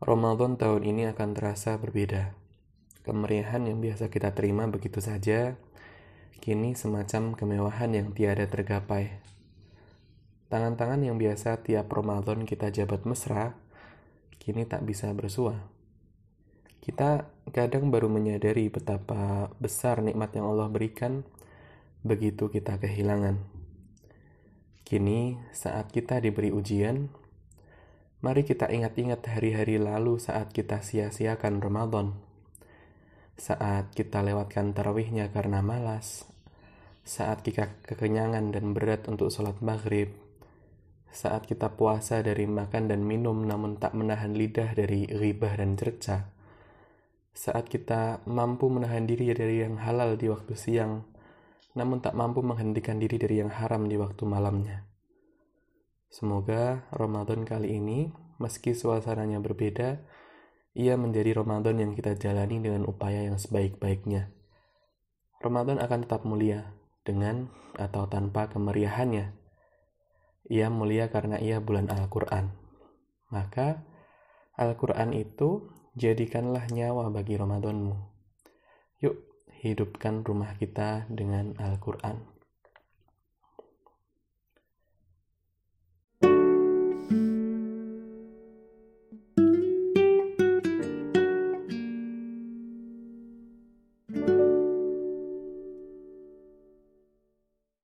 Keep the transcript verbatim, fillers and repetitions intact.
Ramadan tahun ini akan terasa berbeda. Kemeriahan yang biasa kita terima begitu saja, kini semacam kemewahan yang tiada tergapai. Tangan-tangan yang biasa tiap Ramadan kita jabat mesra, kini tak bisa bersua. Kita kadang baru menyadari betapa besar nikmat yang Allah berikan, begitu kita kehilangan. Kini, saat kita diberi ujian, mari kita ingat-ingat hari-hari lalu saat kita sia-siakan Ramadan. Saat kita lewatkan tarawihnya karena malas. Saat kita kekenyangan dan berat untuk sholat maghrib. Saat kita puasa dari makan dan minum namun tak menahan lidah dari ghibah dan cerca. Saat kita mampu menahan diri dari yang halal di waktu siang, namun tak mampu menghentikan diri dari yang haram di waktu malamnya. Semoga Ramadan kali ini, meski suasananya berbeda, ia menjadi Ramadan yang kita jalani dengan upaya yang sebaik-baiknya. Ramadan akan tetap mulia, dengan atau tanpa kemeriahannya. Ia mulia karena ia bulan Al-Quran. Maka, Al-Quran itu jadikanlah nyawa bagi Ramadanmu. Yuk, hidupkan rumah kita dengan Al-Quran.